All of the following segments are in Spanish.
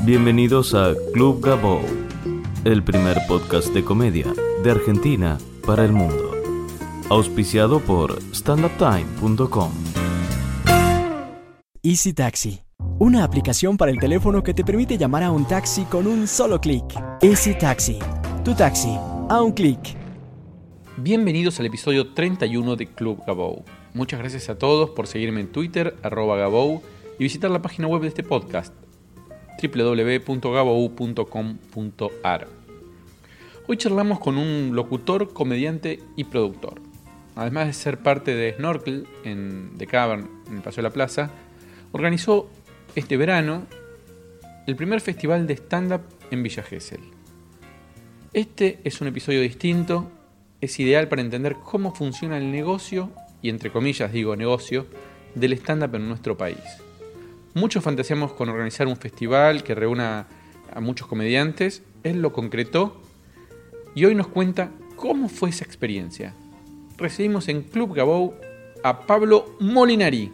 Bienvenidos a Club Gabo, el primer podcast de comedia de Argentina para el mundo. Auspiciado por standuptime.com. Easy Taxi, una aplicación para el teléfono que te permite llamar a un taxi con un solo clic. Easy Taxi, tu taxi a un clic. Bienvenidos al episodio 31 de Club Gabo. Muchas gracias a todos por seguirme en Twitter, @Gabou, y visitar la página web de este podcast, www.gabou.com.ar. Hoy charlamos con un locutor, comediante y productor. Además de ser parte de Snorkel en The Cavern, en el Paseo de la Plaza, organizó este verano el primer festival de stand-up en Villa Gesell. Este es un episodio distinto, es ideal para entender cómo funciona el negocio, y entre comillas digo negocio, del stand-up en nuestro país. Muchos fantaseamos con organizar un festival que reúna a muchos comediantes. Él lo concretó y hoy nos cuenta cómo fue esa experiencia. Recibimos en Club Gabou a Pablo Molinari.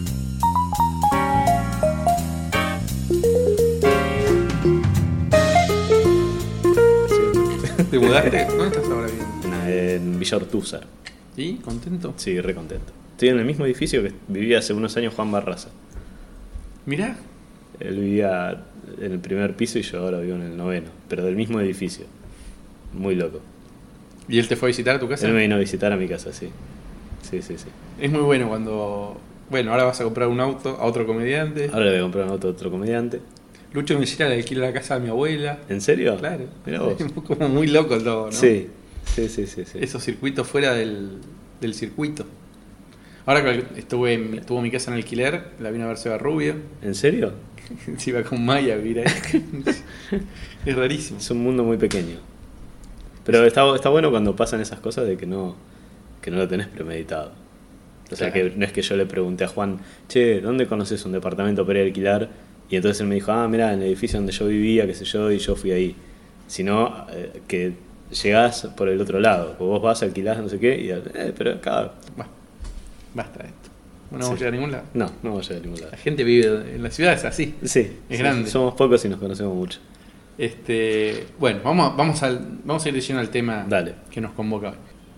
¿Te mudaste? ¿Dónde estás ahora bien? En Villa Ortúzar. ¿Sí? ¿Contento? Sí, re contento. Estoy en el mismo edificio que vivía hace unos años Juan Barraza. Mirá. Él vivía en el primer piso y yo ahora vivo en el 9º, pero del mismo edificio. Muy loco. ¿Y él te fue a visitar a tu casa? Él me vino a visitar a mi casa, sí. Sí. Es muy bueno cuando... Bueno, ahora vas a comprar un auto a otro comediante. Ahora le voy a comprar un auto a otro comediante. Lucho Mellera le alquila la casa a mi abuela. ¿En serio? Claro. Mirá vos. Es como muy loco todo, ¿no? Sí. Esos circuitos fuera del circuito. Ahora que tuvo mi casa en alquiler, la vino a ver Seba Rubio. ¿En serio? Se iba con Maya a vivir ahí. Es rarísimo. Es un mundo muy pequeño. Pero está bueno cuando pasan esas cosas de que no lo tenés premeditado. O sea, Claro. que no es que yo le pregunté a Juan, che, ¿dónde conoces un departamento para ir a alquilar? Y entonces él me dijo, mirá, en el edificio donde yo vivía, qué sé yo, y yo fui ahí. Sino que llegás por el otro lado. O vos vas, alquilás, no sé qué, y pero acá... Basta de esto. No vamos a llegar a ningún lado. No vamos a llegar a ningún lado. La gente vive en la ciudad, es así. Sí, Es grande. Somos pocos y nos conocemos mucho. Bueno, vamos a ir diciendo al tema. Dale. Que nos convoca hoy.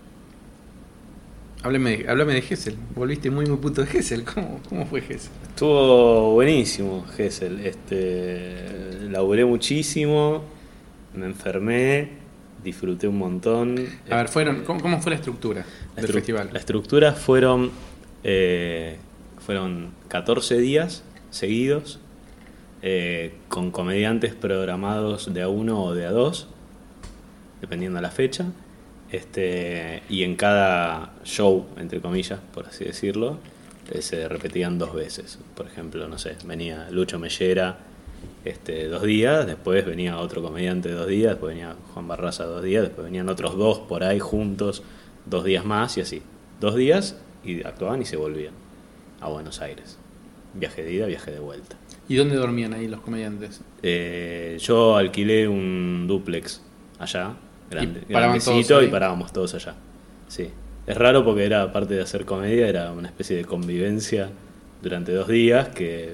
Háblame de Gesell. Volviste muy puto de Gesell. ¿Cómo fue Gesell? Estuvo buenísimo, Gesell. Laburé muchísimo, me enfermé, disfruté un montón. A ver, ¿cómo fue la estructura del festival? La estructura fueron 14 días seguidos, con comediantes programados de a uno o de a dos, dependiendo de la fecha. Y en cada show, entre comillas, por así decirlo, se repetían 2 veces. Por ejemplo, no sé, venía Lucho Mellera 2 días, después venía otro comediante 2 días, después venía Juan Barraza 2 días, después venían otros 2 por ahí juntos 2 días más y así. 2 días y actuaban y se volvían a Buenos Aires. Viaje de ida, viaje de vuelta. ¿Y dónde dormían ahí los comediantes? Yo alquilé un dúplex allá, grandecito, todos ahí. y parábamos todos allá. Sí. Es raro porque era, aparte de hacer comedia, era una especie de convivencia durante 2 días que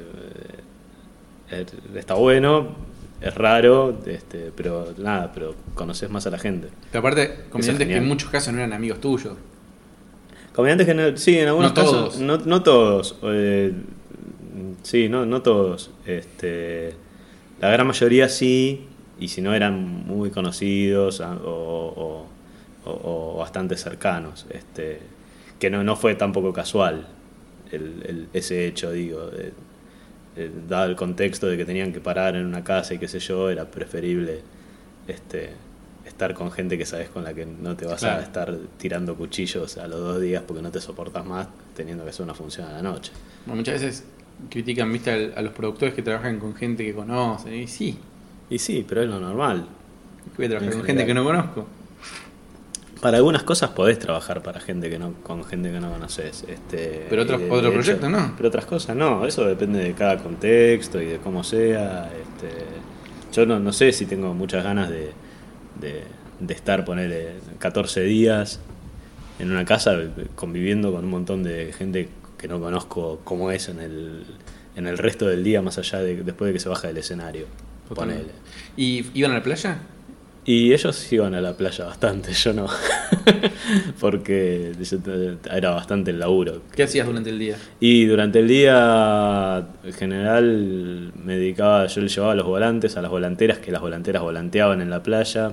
está bueno, es raro, pero conoces más a la gente. Pero aparte, comediantes que en genial. muchos casos no eran amigos tuyos. Comediantes que no, sí, en algunos No casos, todos. no todos, sí, no todos. La gran mayoría sí, y si no eran muy conocidos o bastante cercanos. Que no fue tampoco casual ese hecho, digo, dado el contexto de que tenían que parar en una casa y qué sé yo, era preferible estar con gente que sabes con la que no te vas Claro. a estar tirando cuchillos a los 2 días porque no te soportas más teniendo que hacer una función a la noche. Bueno, muchas veces critican, ¿viste? A los productores que trabajan con gente que conocen. Y sí, Y sí, pero es lo normal. voy a trabajar En con gente que no general. conozco. Para algunas cosas podés trabajar para gente que no, con gente que no conoces. Pero otro proyecto no. Pero otras cosas no. Eso depende de cada contexto y de cómo sea. Yo no sé si tengo muchas ganas de estar, ponerle 14 días en una casa conviviendo con un montón de gente que no conozco cómo es en el resto del día, más allá de después de que se baja del escenario. Totalmente. ponele. ¿Y iban a la playa? Y ellos iban a la playa bastante, yo no. Porque era bastante el laburo. ¿Qué hacías durante el día? Y durante el día, en general, me dedicaba, yo le llevaba los volantes a las volanteras, que las volanteras volanteaban en la playa.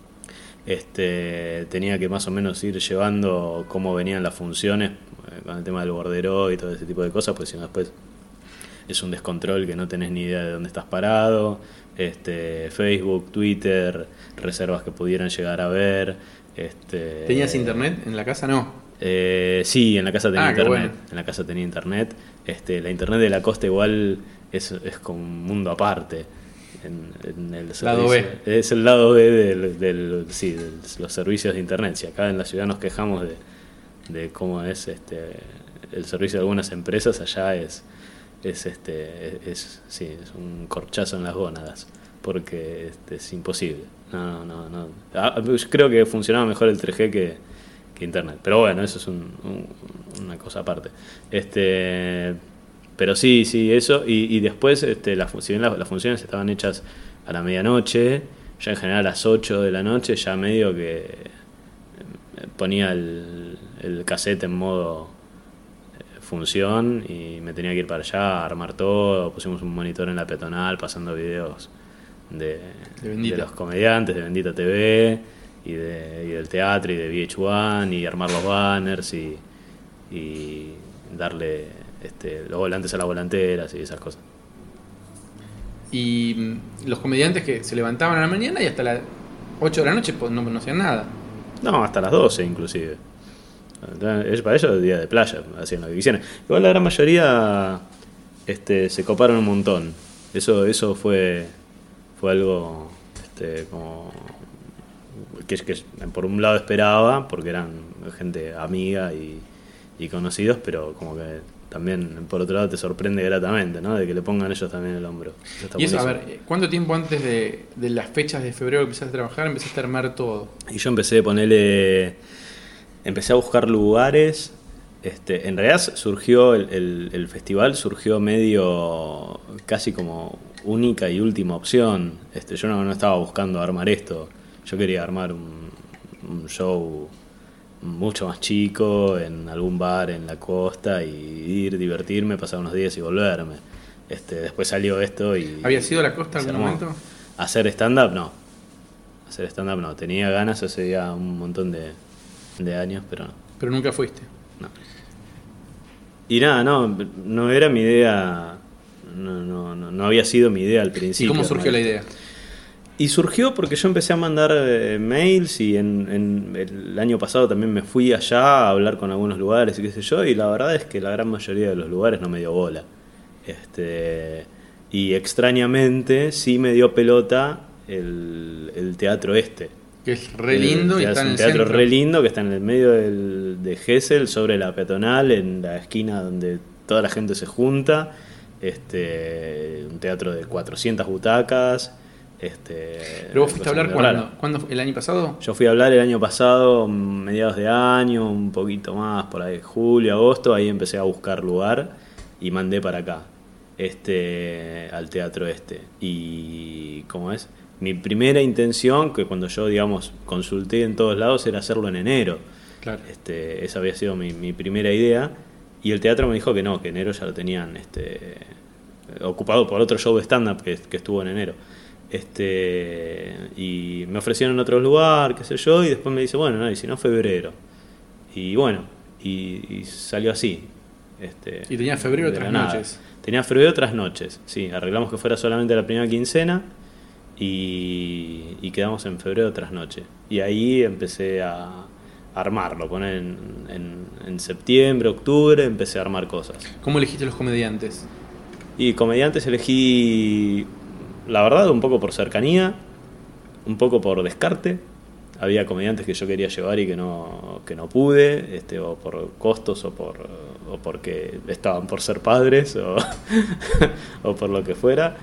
Tenía que más o menos ir llevando cómo venían las funciones, con el tema del bordero y todo ese tipo de cosas, pues si no después es un descontrol que no tenés ni idea de dónde estás parado. Facebook, Twitter, reservas que pudieran llegar a ver. ¿Tenías internet en la casa? No. Sí, en la casa tenía Qué internet. bueno. En la casa tenía internet. La internet de la costa igual es como un mundo aparte. En el Lado servicio. B. Es el lado B de los servicios de internet. Si acá en la ciudad nos quejamos de cómo es el servicio de algunas empresas, allá es un corchazo en las gónadas, porque es imposible. No. Yo creo que funcionaba mejor el 3G que internet, pero bueno, eso es una cosa aparte. Pero sí, eso, y después, si bien las funciones estaban hechas a la medianoche, ya en general a las 8 de la noche, ya medio que ponía el cassette en modo función y me tenía que ir para allá a armar todo. Pusimos un monitor en la peatonal pasando videos de los comediantes de Bendita TV y del teatro y de VH1 y armar los banners y darle los volantes a las volanteras y esas cosas. Y los comediantes que se levantaban a la mañana y hasta las 8 de la noche pues, no hacían nada. No, hasta las 12 inclusive. Para ellos el día de playa, hacían lo que quisieran. Igual la gran mayoría se coparon un montón. Eso fue algo como que por un lado esperaba, porque eran gente amiga y conocidos, pero como que también por otro lado te sorprende gratamente, ¿no? De que le pongan ellos también el hombro. Y eso, a ver, ¿cuánto tiempo antes de las fechas de febrero que empezaste a trabajar, empezaste a armar todo? Y yo empecé a buscar lugares. En realidad surgió el festival, surgió medio casi como única y última opción. Yo no estaba buscando armar esto. Yo quería armar un show mucho más chico en algún bar en la costa y ir, divertirme, pasar unos días y volverme. Después salió esto y... ¿Había sido a la costa en algún momento? Hacer stand-up no. Tenía ganas hace ya un montón de años, pero no. Pero nunca fuiste. No. Y nada, no era mi idea, no había sido mi idea al principio. ¿Y cómo surgió la idea? Y surgió porque yo empecé a mandar mails y en el año pasado también me fui allá a hablar con algunos lugares y qué sé yo, y la verdad es que la gran mayoría de los lugares no me dio bola. Y extrañamente sí me dio pelota el teatro que es re lindo y está en el teatro centro. Re lindo que está en el medio de Gesell, sobre la peatonal, en la esquina donde toda la gente se junta. Un teatro de 400 butacas. ¿Pero vos fuiste a hablar cuándo? ¿El año pasado? Yo fui a hablar el año pasado, mediados de año, un poquito más, por ahí, julio, agosto. Ahí empecé a buscar lugar y mandé para acá, al teatro Y, ¿cómo es? Mi primera intención, que cuando yo, digamos, consulté en todos lados, era hacerlo en enero. Claro. Esa había sido mi primera idea. Y el teatro me dijo que no, que enero ya lo tenían ocupado por otro show de stand-up que estuvo en enero. Y me ofrecieron otro lugar, qué sé yo, y después me dice, bueno, no, y si no, febrero. Y bueno, y salió así. ¿Y tenía febrero otras noches? Tenía febrero otras noches, sí. Arreglamos que fuera solamente la primera quincena y quedamos en febrero otras noches. Y ahí empecé a armarlo, poner en septiembre, octubre, empecé a armar cosas. ¿Cómo elegiste los comediantes? Y comediantes elegí, la verdad, un poco por cercanía, un poco por descarte. Había comediantes que yo quería llevar y que no pude, o por costos o porque estaban por ser padres o por lo que fuera.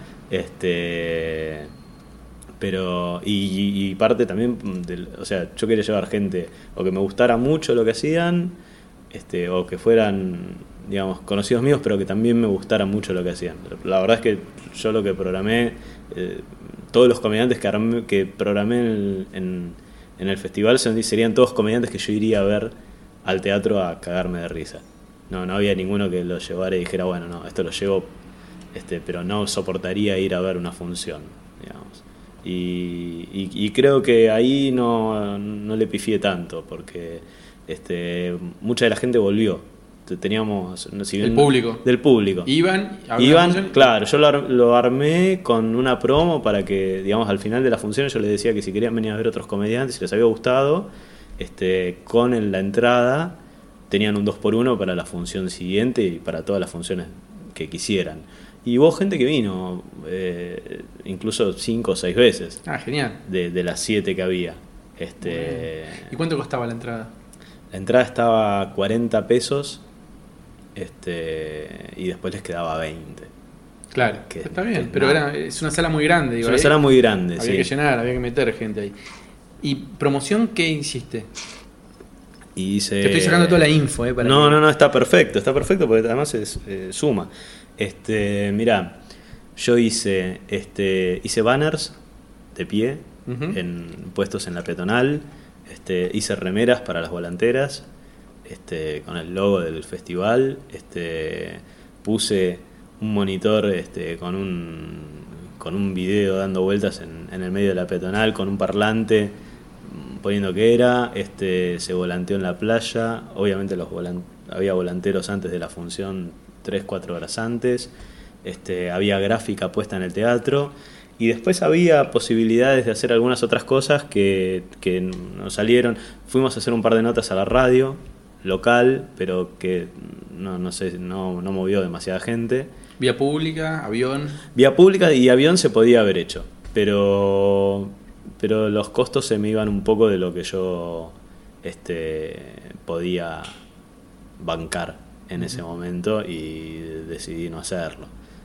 Pero y parte también o sea, yo quería llevar gente o que me gustara mucho lo que hacían, o que fueran, digamos, conocidos míos, pero que también me gustara mucho lo que hacían. La verdad es que yo lo que programé todos los comediantes que programé en el festival serían todos comediantes que yo iría a ver al teatro a cagarme de risa. No había ninguno que lo llevara y dijera, bueno, no, esto lo llevo, pero no soportaría ir a ver una función, digamos. Y creo que ahí no le pifié tanto, porque mucha de la gente volvió. Teníamos, si bien, del público. Iban, claro, yo lo armé con una promo para que, digamos, al final de la función yo les decía que si querían venir a ver otros comediantes, si les había gustado, con la entrada tenían un 2x1 para la función siguiente y para todas las funciones que quisieran. Y hubo gente que vino, incluso 5 o 6 veces. Ah, genial. De las 7 que había. ¿Y cuánto costaba la entrada? La entrada estaba 40 pesos. Y después les quedaba 20. Claro, está bien, pero es una sala muy grande. Digo, es una sala muy grande, había que llenar, había que meter gente ahí. ¿Y promoción qué hiciste? Te estoy sacando toda la info. No, está perfecto porque además suma. Mirá, yo hice banners de pie, puestos en la peatonal, hice remeras para las volanteras, con el logo del festival, puse un monitor con un video dando vueltas en el medio de la peatonal, con un parlante poniendo que era, se volanteó en la playa, obviamente había volanteros antes de la función, 3-4 horas antes, había gráfica puesta en el teatro, y después había posibilidades de hacer algunas otras cosas que nos salieron. Fuimos a hacer un par de notas a la radio local, pero que no movió demasiada gente. Vía pública, avión. Vía pública y avión se podía haber hecho, pero los costos se me iban un poco de lo que yo podía bancar en ese momento y decidí no hacerlo.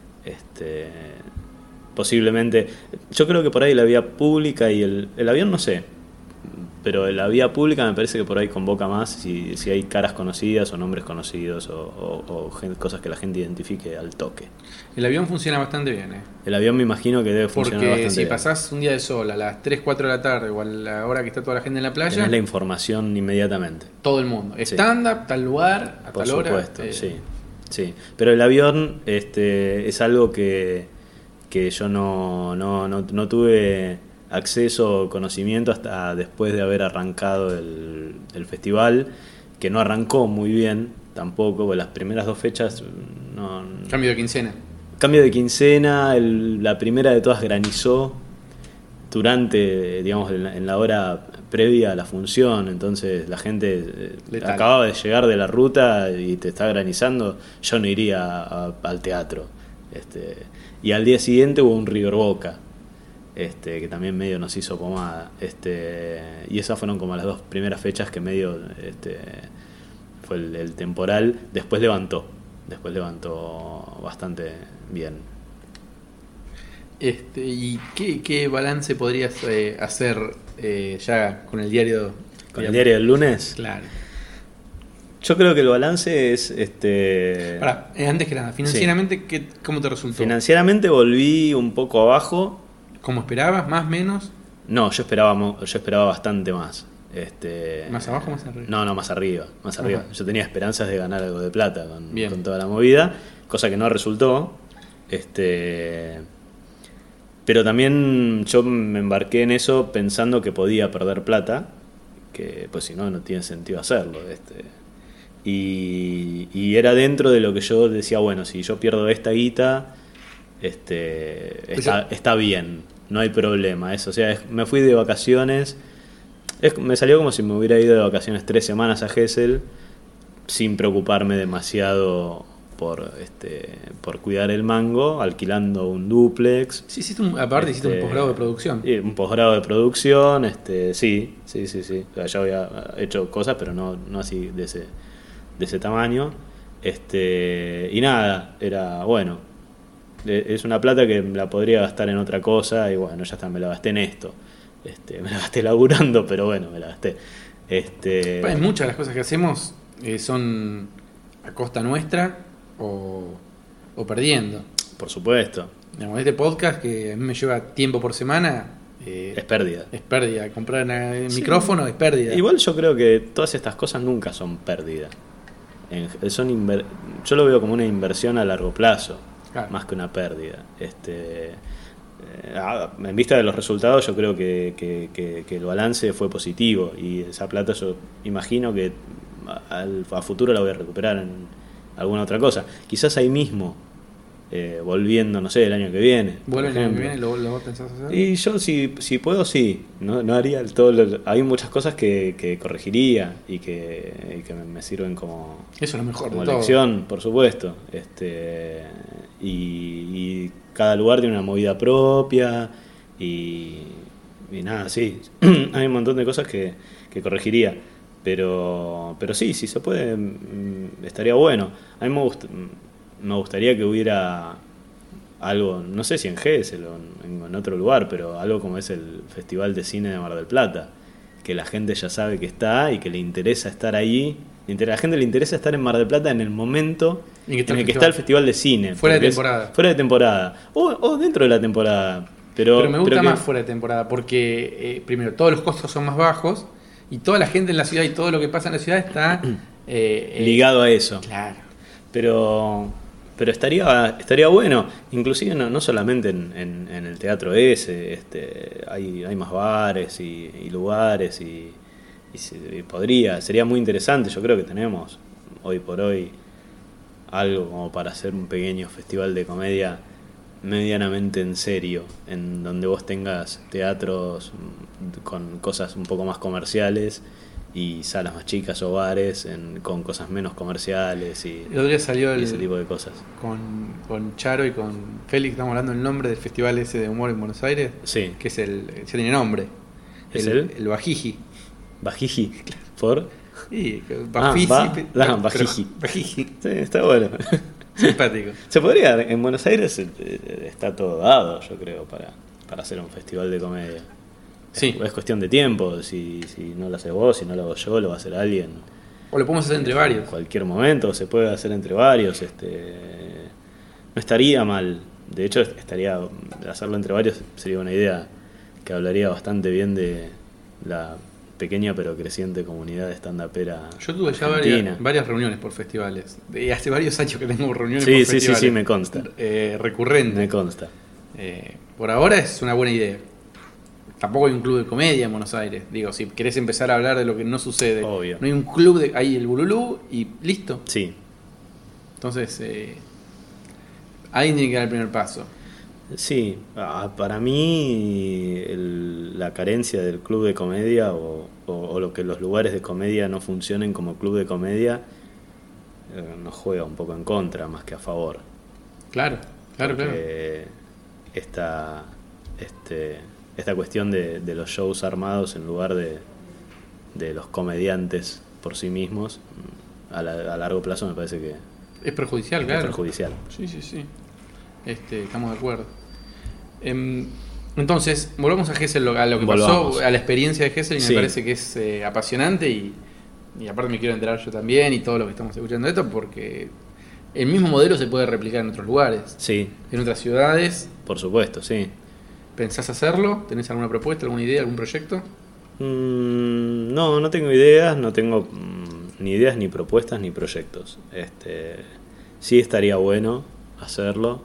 Posiblemente, yo creo que por ahí la vía pública y el avión no sé, pero la vía pública me parece que por ahí convoca más si hay caras conocidas o nombres conocidos o cosas que la gente identifique al toque. El avión funciona bastante bien, El avión me imagino que debe funcionar bastante bien. Porque si pasás un día de sol a las 3, 4 de la tarde o a la hora que está toda la gente en la playa, tenés la información inmediatamente. Todo el mundo. Stand-up, tal lugar, a tal hora. Por supuesto, sí. Pero el avión es algo que yo no tuve acceso o conocimiento hasta después de haber arrancado el festival, que no arrancó muy bien tampoco, porque las primeras 2 fechas Cambio de quincena, la primera de todas granizó durante, digamos, en la hora previa a la función, entonces la gente acababa de llegar de la ruta y te está granizando, yo no iría al teatro. Y al día siguiente hubo un River Boca, que también medio nos hizo pomada, y esas fueron como las 2 primeras fechas que medio fue el temporal. Después levantó bastante bien. ¿Y qué balance podrías hacer ya con el diario? ¿Con el diario del lunes? Claro. Yo creo que el balance es... antes que nada, financieramente, sí. ¿Cómo te resultó? Financieramente volví un poco abajo. ¿Cómo esperabas? ¿Más, menos? No, yo esperaba bastante más. ¿Más abajo o más arriba? No, más arriba. Uh-huh. Yo tenía esperanzas de ganar algo de plata con toda la movida, cosa que no resultó. Pero también yo me embarqué en eso pensando que podía perder plata, que pues si no tiene sentido hacerlo. Y era dentro de lo que yo decía, bueno, si yo pierdo esta guita, está bien, no hay problema. Me fui de vacaciones, me salió como si me hubiera ido de vacaciones 3 semanas a Gesell, sin preocuparme demasiado por cuidar el mango, alquilando un dúplex. Sí, hiciste un posgrado de producción. Un posgrado de producción, sí. O sea, yo había hecho cosas, pero no así de ese tamaño. Y nada, era bueno. Es una plata que la podría gastar en otra cosa, y bueno, ya está, me la gasté en esto. Me la gasté laburando, pero bueno, me la gasté. Muchas de las cosas que hacemos son a costa nuestra o perdiendo. Por supuesto. Digamos, este podcast que a mí me lleva tiempo por semana... Es pérdida. Es pérdida. Comprar un micrófono es pérdida. Igual yo creo que todas estas cosas nunca son pérdida. Yo lo veo como una inversión a largo plazo, claro, más que una pérdida. En vista de los resultados, yo creo que el balance fue positivo y esa plata yo imagino que a futuro la voy a recuperar en alguna otra cosa. Quizás ahí mismo, volviendo, no sé, el año que viene. ¿Vuelve el año que viene? ¿Lo vos pensás hacer? Y yo, si puedo, sí. No haría hay muchas cosas que corregiría y que me sirven como, eso es lo mejor como de lección, todo. por supuesto. Y cada lugar tiene una movida propia y nada, sí. Hay un montón de cosas que corregiría. Pero sí, si se puede, estaría bueno. A mí me gustaría que hubiera algo, no sé si en Gesell o en otro lugar, pero algo como es el Festival de Cine de Mar del Plata, que la gente ya sabe que está y que le interesa estar ahí. A la gente le interesa estar en Mar del Plata en el momento en el que está el Festival de Cine. Fuera de temporada. Fuera de temporada. O dentro de la temporada. Pero me gusta más fuera de temporada, porque primero, todos los costos son más bajos y toda la gente en la ciudad y todo lo que pasa en la ciudad está ligado a eso. Claro. Pero estaría bueno, inclusive no solamente en el teatro ese, hay más bares y lugares y sería muy interesante. Yo creo que tenemos hoy por hoy algo como para hacer un pequeño festival de comedia medianamente en serio, en donde vos tengas teatros con cosas un poco más comerciales y salas más chicas o bares con cosas menos comerciales y el otro día salió ese tipo de cosas. Con Charo y con Félix, estamos hablando del nombre del festival ese de humor en Buenos Aires, sí, que es ya tiene nombre. ¿Es el Bajiji. ¿Bajiji? ¿Por? Sí, Bajiji. Bajiji. Sí, está bueno. Simpático. Se podría, en Buenos Aires está todo dado, yo creo, para hacer un festival de comedia. Sí. Es cuestión de tiempo, si no lo haces vos, si no lo hago yo, lo va a hacer alguien. O lo podemos hacer entre varios. En cualquier momento se puede hacer entre varios. No estaría mal. De hecho, hacerlo entre varios sería una idea que hablaría bastante bien de la pequeña pero creciente comunidad de stand-upera. Yo tuve ya varias reuniones por festivales. Hace varios años que tengo reuniones por festivales. Sí, me consta. Recurrente. Me consta. Por ahora es una buena idea. Tampoco hay un club de comedia en Buenos Aires. Digo, si querés empezar a hablar de lo que no sucede, obvio, no hay un club, hay el Bululú y listo. Sí. Entonces, ahí tiene que dar el primer paso. Sí, para mí la carencia del club de comedia o lo que los lugares de comedia no funcionen como club de comedia nos juega un poco en contra más que a favor. Claro. Esta cuestión de los shows armados en lugar de los comediantes por sí mismos, a largo plazo me parece que es perjudicial, es claro. perjudicial. Sí. Estamos de acuerdo. Entonces, volvamos a Gesell, a lo que pasó, a la experiencia de Gesell, y me parece que es apasionante y aparte me quiero enterar yo también y todo lo que estamos escuchando de esto, porque el mismo modelo se puede replicar en otros lugares, sí, en otras ciudades. Por supuesto, sí. ¿Pensás hacerlo? ¿Tenés alguna propuesta, alguna idea, algún proyecto? No tengo ideas, no tengo ni ideas, ni propuestas, ni proyectos. Sí estaría bueno hacerlo.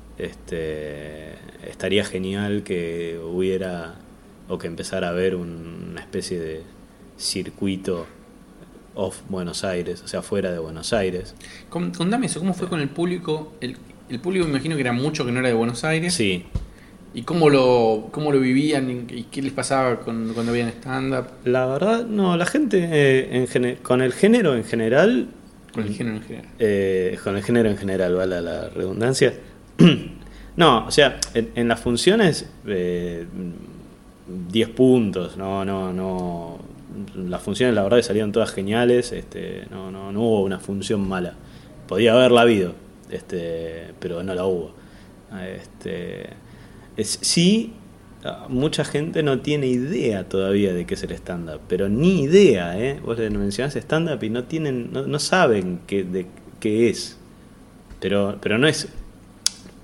Estaría genial que hubiera o que empezara a haber una especie de circuito off Buenos Aires, o sea, fuera de Buenos Aires. Contame eso, ¿cómo fue con el público? El público me imagino que era mucho que no era de Buenos Aires. Sí. ¿Y cómo lo vivían y qué les pasaba cuando veían stand-up? La verdad, no, la gente con el género en general... Con el género en general. Con el género en general, vale la redundancia. No, o sea, en las funciones 10 puntos, no. Las funciones la verdad que salieron todas geniales, no hubo una función mala. Podía haberla habido, pero no la hubo. Sí, mucha gente no tiene idea todavía de qué es el stand-up, pero ni idea, Vos le mencionás stand-up y no saben qué es. Pero no es...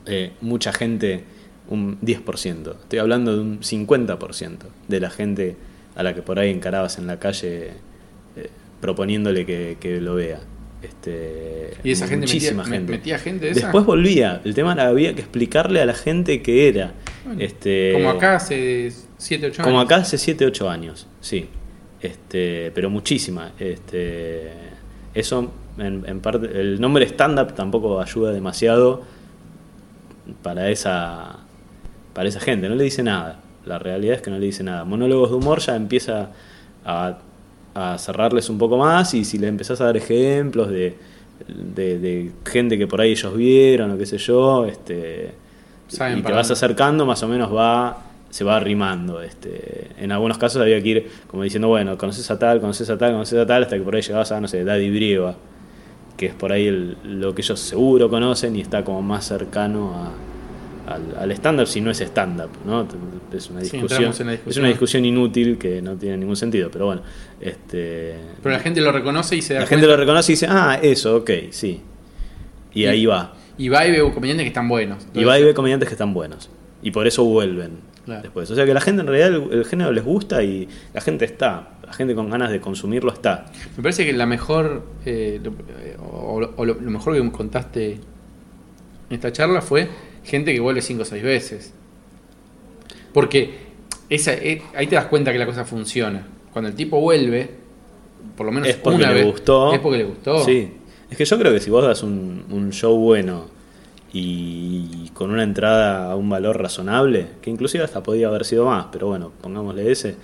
mucha gente, un 10%. Estoy hablando de un 50% de la gente a la que por ahí encarabas en la calle proponiéndole que lo vea. Y esa gente muchísima metía gente de esa. Después volvía. El tema era había que explicarle a la gente qué era. Bueno, como acá hace 7, 8 años. Como acá hace 7, 8 años, sí. Pero muchísima. Eso, en parte, el nombre stand-up tampoco ayuda demasiado para esa gente. No le dice nada. La realidad es que no le dice nada. Monólogos de humor ya empieza a cerrarles un poco más, y si le empezás a dar ejemplos de gente que por ahí ellos vieron o qué sé yo, y te vas acercando, más o menos se va arrimando. En algunos casos había que ir como diciendo, bueno, conoces a tal, hasta que por ahí llegabas a, no sé, Daddy Brieva, que es por ahí lo que ellos seguro conocen y está como más cercano al stand-up, si no es stand-up, ¿no? Es una discusión, es una discusión inútil que no tiene ningún sentido, pero bueno. Pero la gente lo reconoce y se da cuenta. Gente lo reconoce y dice, eso, ok, sí. Y ahí va. Y va y ve comediantes que están buenos. Y va y ve comediantes que están buenos. Y por eso vuelven después. O sea que la gente en realidad el género les gusta y la gente con ganas de consumirlo está. Me parece que la mejor, lo mejor que contaste en esta charla fue gente que vuelve 5 o 6 veces. Porque ahí te das cuenta que la cosa funciona. Cuando el tipo vuelve, por lo menos una vez, es porque le gustó. Sí. Es que yo creo que si vos das un show bueno y con una entrada a un valor razonable, que inclusive hasta podía haber sido más, pero bueno, pongámosle ese,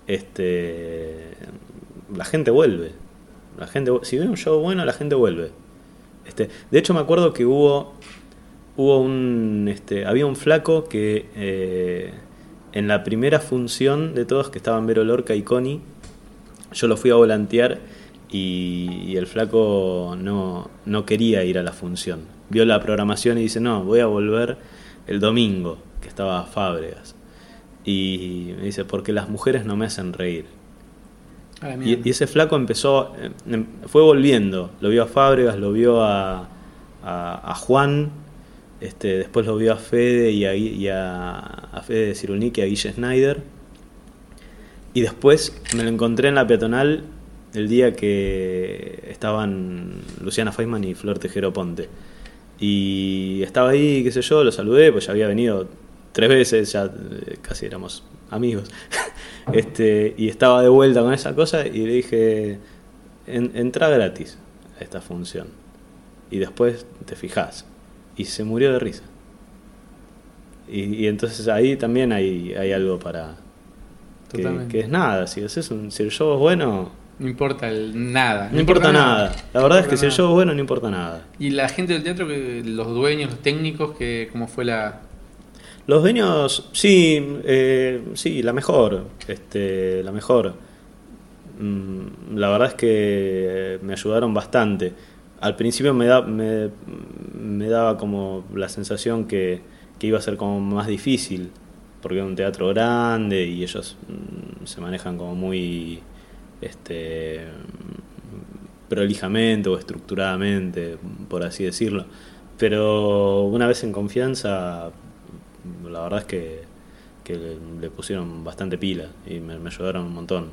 la gente vuelve. Si ve un show bueno, la gente vuelve. De hecho, me acuerdo que había un flaco que en la primera función de todos, que estaban Vero Lorca y Connie, yo lo fui a volantear y el flaco no quería ir a la función. Vio la programación y dice, no, voy a volver el domingo, que estaba Fábregas. Y me dice, porque las mujeres no me hacen reír. Y ese flaco fue volviendo, lo vio a Fábregas, lo vio a Juan, después lo vio a Fede y a Fede de Cirulnik y a Guille Schneider, y después me lo encontré en la peatonal el día que estaban Luciana Feisman y Flor Tejero Ponte, y estaba ahí, qué sé yo, lo saludé, pues ya había venido 3 veces, ya casi éramos amigos. Y estaba de vuelta con esa cosa y le dije, entra gratis a esta función y después te fijás. Y se murió de risa. Y entonces ahí también hay algo para que es nada. Si el show es bueno, no importa nada. No importa nada. La verdad es que si el show es bueno, no importa nada. Y la gente del teatro, los dueños, los técnicos, ¿cómo fue la...? Los dueños, sí, la mejor. La mejor. La verdad es que me ayudaron bastante. Al principio me daba como la sensación que iba a ser como más difícil, porque es un teatro grande y ellos se manejan como muy prolijamente o estructuradamente, por así decirlo. Pero una vez en confianza, la verdad es que le pusieron bastante pila y me ayudaron un montón.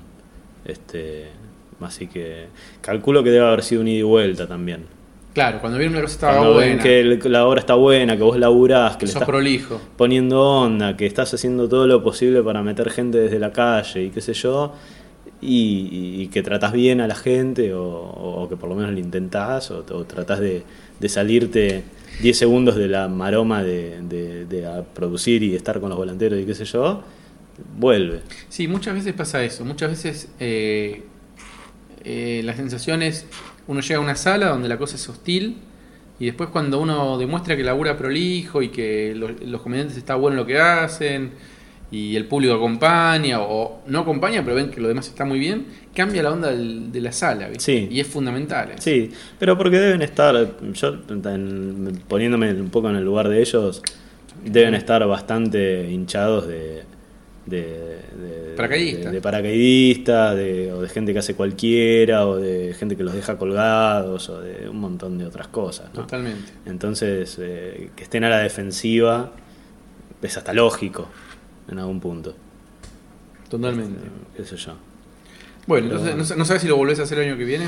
Así que calculo que debe haber sido un ida y vuelta también. Claro, cuando vieron que la cosa estaba buena, ven que la obra está buena, que vos laburás, que le estás prolijo, poniendo onda, que estás haciendo todo lo posible para meter gente desde la calle y qué sé yo, y que tratás bien a la gente, o que por lo menos lo intentás, o tratás de salirte 10 segundos de la maroma de producir y estar con los volanteros y qué sé yo, vuelve. Sí, muchas veces pasa eso. Muchas veces la sensación es, uno llega a una sala donde la cosa es hostil, y después cuando uno demuestra que labura prolijo y que los comediantes está bueno lo que hacen y el público acompaña o no acompaña pero ven que lo demás está muy bien, cambia la onda de la sala, ¿viste? Sí. Y es fundamental eso. Sí, pero porque deben estar, yo poniéndome un poco en el lugar de ellos, deben estar bastante hinchados Paracaidista. de paracaidistas, o de gente que hace cualquiera, o de gente que los deja colgados, o de un montón de otras cosas, ¿no? Totalmente. Entonces, que estén a la defensiva es hasta lógico en algún punto. Totalmente. Qué sé yo. Bueno, Pero- entonces, ¿no sabes si lo volvés a hacer el año que viene?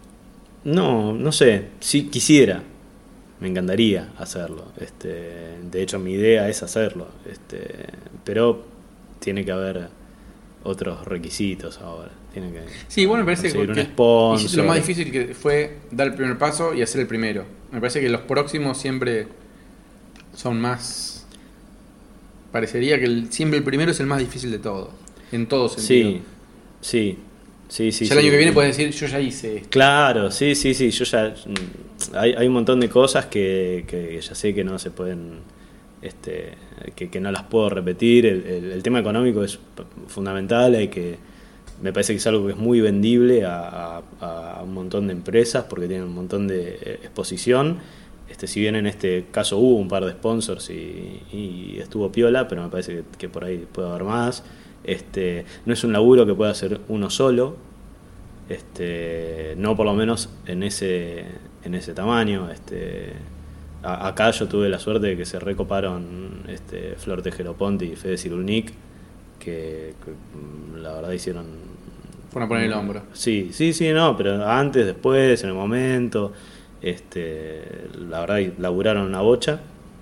No sé, si quisiera, me encantaría hacerlo. De hecho, mi idea es hacerlo. Pero tiene que haber otros requisitos ahora. Tiene que Sí, bueno, me parece conseguir que un sponsor. hiciste lo más difícil, que fue dar el primer paso y hacer el primero. Me parece que los próximos siempre son más... Parecería que siempre el primero es el más difícil de todo, en todo sentido. Sí. Ya el año que viene puedes decir, yo ya hice esto. Claro, sí. Yo ya. Hay un montón de cosas que ya sé que no se pueden. Que no las puedo repetir. El tema económico es fundamental. Me parece que es algo que es muy vendible a un montón de empresas porque tienen un montón de exposición. Si bien en este caso hubo un par de sponsors y estuvo piola, pero me parece que por ahí puede haber más. No es un laburo que pueda hacer uno solo, no por lo menos en ese tamaño. Acá yo tuve la suerte de que se recoparon Flor Tejero Ponti y Fede Cirulnik, que la verdad hicieron... Por poner el hombro. Sí, no, pero antes, después, en el momento, la verdad laburaron una bocha.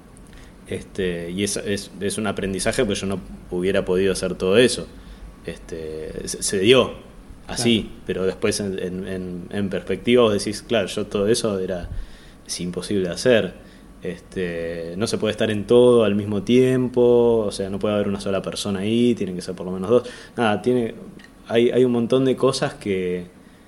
Y es un aprendizaje, pues yo no hubiera podido hacer todo eso. Se dio así, claro. Pero después en perspectiva vos decís, claro, yo todo eso es imposible de hacer. No se puede estar en todo al mismo tiempo, o sea, no puede haber una sola persona ahí, tienen que ser por lo menos dos. Nada, hay un montón de cosas que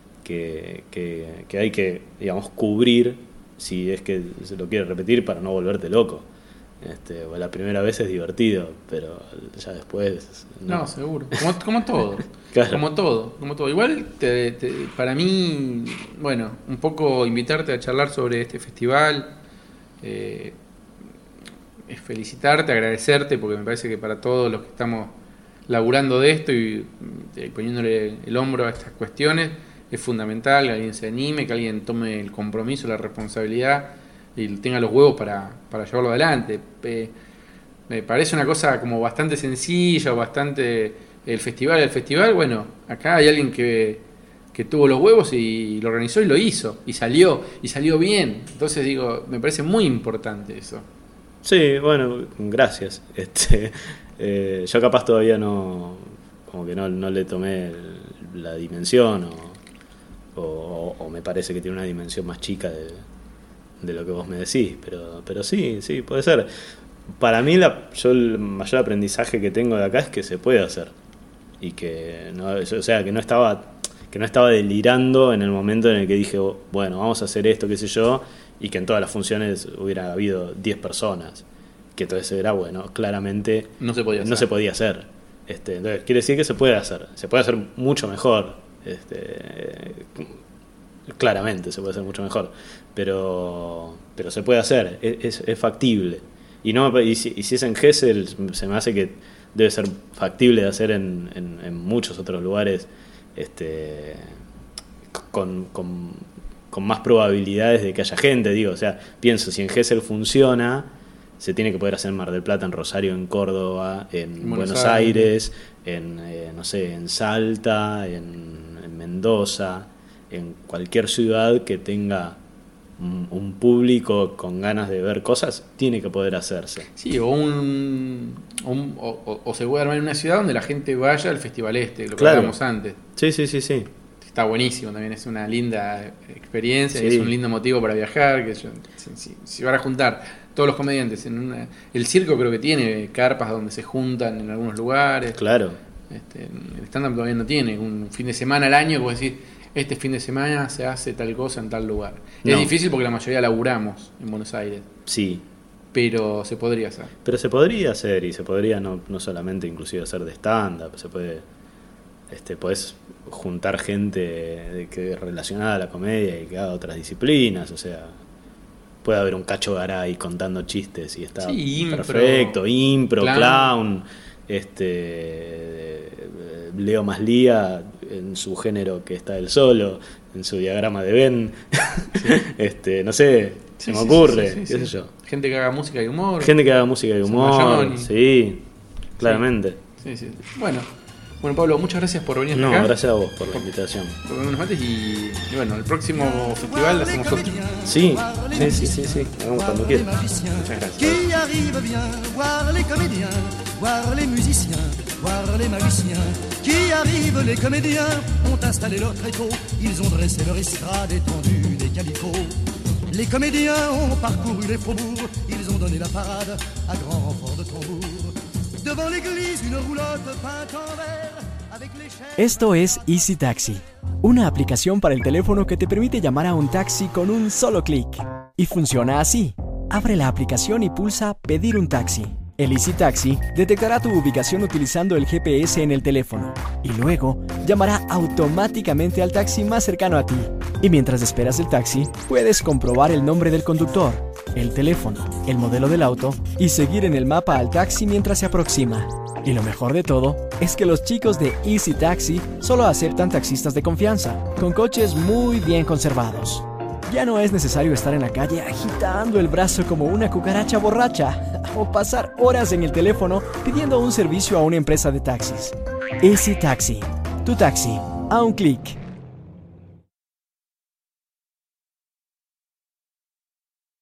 hay que, digamos, cubrir si es que se lo quiere repetir para no volverte loco. La primera vez es divertido, pero ya después... No, seguro. Como todo. Claro. Como todo. Igual, para mí, bueno, un poco invitarte a charlar sobre este festival, es felicitarte, agradecerte, porque me parece que para todos los que estamos laburando de esto y poniéndole el hombro a estas cuestiones, es fundamental que alguien se anime, que alguien tome el compromiso, la responsabilidad y tenga los huevos para llevarlo adelante. Me parece una cosa como bastante sencilla, bastante... El festival, bueno, acá hay alguien que tuvo los huevos y lo organizó y lo hizo, y salió bien. Entonces digo, me parece muy importante eso. Sí, bueno, gracias. Yo capaz todavía no le tomé la dimensión o me parece que tiene una dimensión más chica de lo que vos me decís, pero sí, puede ser. Para mí el mayor aprendizaje que tengo de acá es que se puede hacer y que no estaba delirando en el momento en el que dije, bueno, vamos a hacer esto, qué sé yo, y que en todas las funciones hubiera habido 10 personas, que entonces era, bueno, claramente no se podía hacer. Entonces quiere decir que se puede hacer mucho mejor. Claramente se puede hacer mucho mejor, pero se puede hacer, es factible. Y si es en Gesell, se me hace que debe ser factible de hacer en muchos otros lugares, con más probabilidades de que haya gente. Digo, o sea, pienso, si en Gesell funciona, se tiene que poder hacer en Mar del Plata, en Rosario, en Córdoba, en Buenos Aires, en Salta, en Mendoza, en cualquier ciudad que tenga un público con ganas de ver cosas, tiene que poder hacerse. Sí, o se puede armar en una ciudad donde la gente vaya al festival lo que hablábamos antes. Sí. Está buenísimo, también es una linda experiencia, sí. Es un lindo motivo para viajar, que si van a juntar todos los comediantes el circo creo que tiene carpas donde se juntan en algunos lugares. Claro. El stand-up todavía no tiene un fin de semana al año que vos decís, este fin de semana se hace tal cosa en tal lugar. No. Es difícil porque la mayoría laburamos en Buenos Aires. Sí. Pero se podría hacer. Pero se podría hacer, y se podría no solamente inclusive hacer de stand-up, se puede... podés juntar gente que relacionada a la comedia y que haga otras disciplinas, o sea, puede haber un Cacho Garay contando chistes y está perfecto, impro, clown, Leo más Lía en su género que está él solo, en su diagrama de Venn. No sé, se me ocurre, qué sé yo. Gente que haga música y humor. Gente que haga música y humor, sí, claramente. Sí. Bueno, Pablo, muchas gracias por venir acá. No, gracias a vos por la invitación. Por unos mates y bueno, el próximo festival lo hacemos otro. Sí. Hagamos cuando quieras. Muchas gracias. Qui arrive bien voir les comédiens, voir les musiciens, voir les magiciens. Qui arrive, les comédiens ont installé leur tréteau, ils ont dressé leur estrade étendue des calicots. Les comédiens ont parcouru les faubourgs, ils ont donné la parade à grand renfort de tambour. Devant l'église, une roulotte peinte en vert avec les chaises. Esto es Easy Taxi, una aplicación para el teléfono que te permite llamar a un taxi con un solo clic. Y funciona así. Abre la aplicación y pulsa Pedir un taxi. El Easy Taxi detectará tu ubicación utilizando el GPS en el teléfono y luego llamará automáticamente al taxi más cercano a ti. Y mientras esperas el taxi, puedes comprobar el nombre del conductor, el teléfono, el modelo del auto y seguir en el mapa al taxi mientras se aproxima. Y lo mejor de todo es que los chicos de Easy Taxi solo aceptan taxistas de confianza, con coches muy bien conservados. Ya no es necesario estar en la calle agitando el brazo como una cucaracha borracha o pasar horas en el teléfono pidiendo un servicio a una empresa de taxis. Easy Taxi, tu taxi a un clic.